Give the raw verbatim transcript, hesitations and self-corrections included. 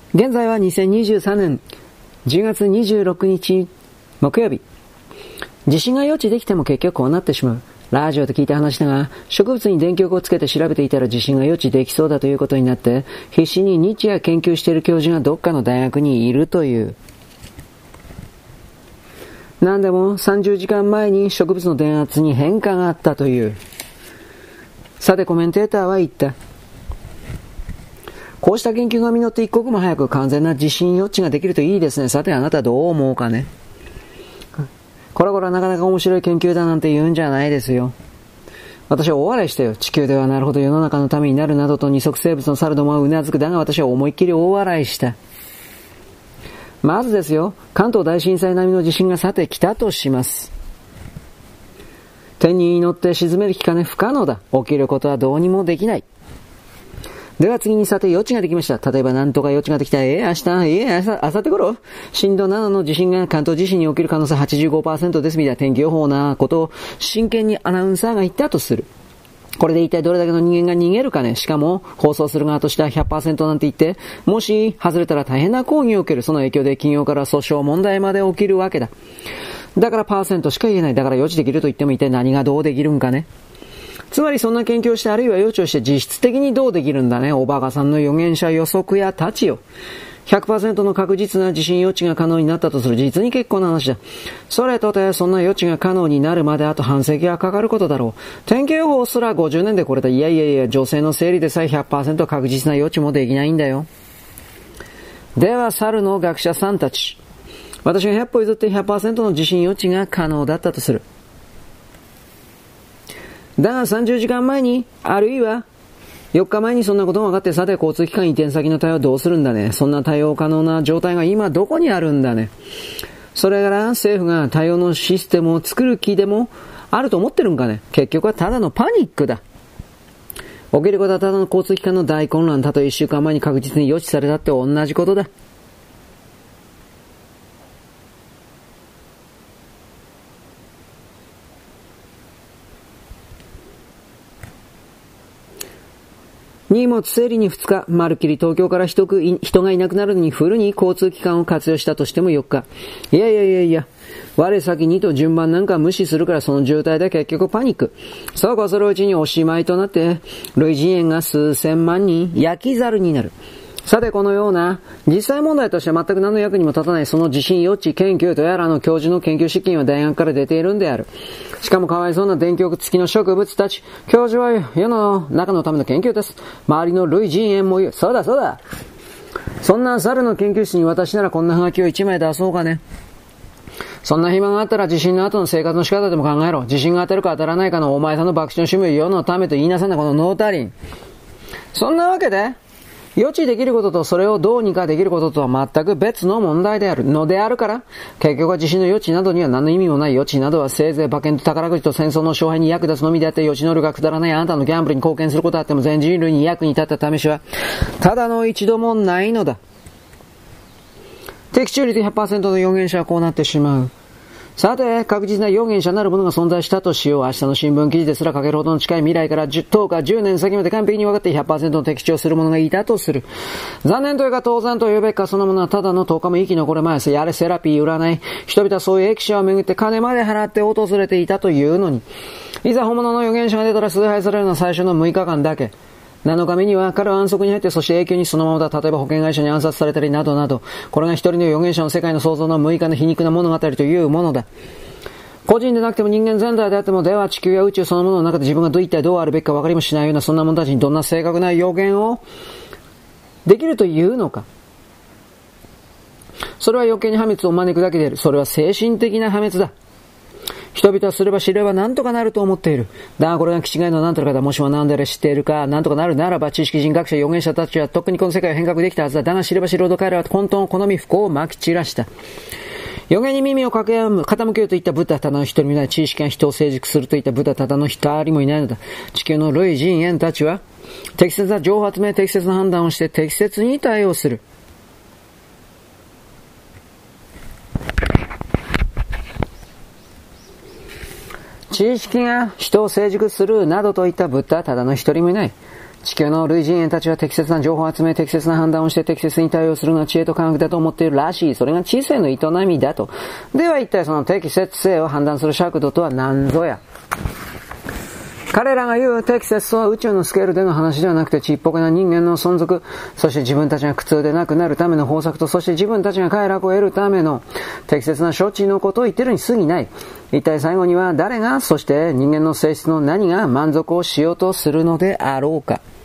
現在はにせんにじゅうさんねんじゅうがつにじゅうろくにち木曜日。地震が予知できても結局こうなってしまう。ラジオで聞いた話だが、植物に電極をつけて調べていたら地震が予知できそうだということになって、必死に日夜研究している教授がどっかの大学にいるという。なんでもさんじゅうじかんまえに植物の電圧に変化があったという。さてコメンテーターは言った。こうした研究が実って一刻も早く完全な地震予知ができるといいですね。さてあなたどう思うかね。これこれなかなか面白い研究だなんて言うんじゃないですよ。私は大笑いしたよ。地球ではなるほど世の中のためになるなどと二足生物の猿どもはうなずく。だが私は思いっきり大笑いした。まずですよ、関東大震災並みの地震がさて来たとします。天に祈って沈める気かね、不可能だ。起きることはどうにもできない。では次にさて予知ができました。例えば何とか予知ができた。ええー、明日、ええー、明日、明後日頃震度ななの地震が関東地震に起きる可能性 はちじゅうごパーセント ですみたいな天気予報なことを真剣にアナウンサーが言ったとする。これで一体どれだけの人間が逃げるかね。しかも放送する側としては ひゃくパーセント なんて言って、もし外れたら大変な抗議を受ける。その影響で企業から訴訟問題まで起きるわけだ。だからパーセントしか言えない。だから予知できると言っても一体何がどうできるんかね。つまりそんな研究をして、あるいは予知をして実質的にどうできるんだね。おバカさんの預言者予測やたちよ。ひゃくパーセント の確実な地震予知が可能になったとする。実に結構な話だ。それとてそんな予知が可能になるまであと半世紀はかかることだろう。天気予報すらごじゅうねんでこれだ。いやいやいや、女性の生理でさえ ひゃくパーセント 確実な予知もできないんだよ。では猿の学者さんたち。私がひゃく歩譲って ひゃくパーセント の地震予知が可能だったとする。だがさんじゅうじかんまえに、あるいはよっかまえにそんなことが分かって、さて交通機関移転先の対応どうするんだね。そんな対応可能な状態が今どこにあるんだね。それから政府が対応のシステムを作る気でもあると思ってるんかね。結局はただのパニックだ。起きることはただの交通機関の大混乱。たとえいっしゅうかんまえに確実に予知されたって同じことだ。荷物整理にふつか、まるっきり東京から人く人がいなくなるのにフルに交通機関を活用したとしてもよっか。いやいやいやいや、我先にと順番なんか無視するからその渋滞で結局パニック。そうこそのうちにおしまいとなって、類人猿が数千万人焼き猿になる。さてこのような実際問題として全く何の役にも立たないその地震予知研究とやらの教授の研究資金は大学から出ているんである。しかもかわいそうな電極付きの植物たち。教授は世の中のための研究です。周りの類人猿も言う。そうだそうだ。そんな猿の研究室に私ならこんなハガキを一枚出そうかね。そんな暇があったら地震の後の生活の仕方でも考えろ。地震が当たるか当たらないかのお前さんの博打の趣味を世のためと言いなさんなこのノータリン。そんなわけで予知できることとそれをどうにかできることとは全く別の問題であるのであるから、結局は地震の予知などには何の意味もない。予知などはせいぜい馬券と宝くじと戦争の勝敗に役立つのみであって、予知能力がくだらないあなたのギャンブルに貢献することあっても全人類に役に立った試しはただの一度もないのだ。的中率 ひゃくパーセント の預言者はこうなってしまう。さて、確実な預言者なるものが存在したとしよう。明日の新聞記事ですら書けるほどの近い未来からじゅう、とおか、じゅうねん先まで完璧に分かって ひゃくパーセント の的中する者がいたとする。残念というか当然と言うべきか、そのものはただのとおかも生き残る前です。やれセラピー占い。人々はそういう駅舎を巡って金まで払って訪れていたというのに。いざ本物の預言者が出たら崇拝されるのは最初のむいかかんだけ。なのかめには彼は安息に入って、そして永久にそのままだ。例えば保険会社に暗殺されたりなどなど。これが一人の預言者の世界の創造のむいかの皮肉な物語というものだ。個人でなくても人間全体であっても、では地球や宇宙そのものの中で自分がどう一体どうあるべきか分かりもしないようなそんな者たちにどんな正確な予言をできるというのか。それは余計に破滅を招くだけである。それは精神的な破滅だ。人々はすれば知れば何とかなると思っている。だがこれが気違いの何とかだ。もしも何であれ知っているか。何とかなるならば知識人学者預言者たちはとっくにこの世界を変革できたはずだ。だが知れば知るほど彼らは混沌を好み不幸を撒き散らした。予言に耳を傾けようといったブッダただの一人もいない。知識が人を成熟するといったブッダただの一人もいないのだ。地球の類人猿たちは適切な情報集め、適切な判断をして適切に対応する。知識が人を成熟するなどといったブッダはただの一人もいない。 地球の類人猿たちは適切な情報を集め、適切な判断をして適切に対応するのは知恵と科学だと思っているらしい。それが知性の営みだと。では一体その適切性を判断する尺度とは何ぞや。彼らが言う適切とは宇宙のスケールでの話ではなくて、ちっぽけな人間の存続、そして自分たちが苦痛でなくなるための方策と、そして自分たちが快楽を得るための適切な処置のことを言っているに過ぎない。一体最後には誰が、そして人間の性質の何が満足をしようとするのであろうか。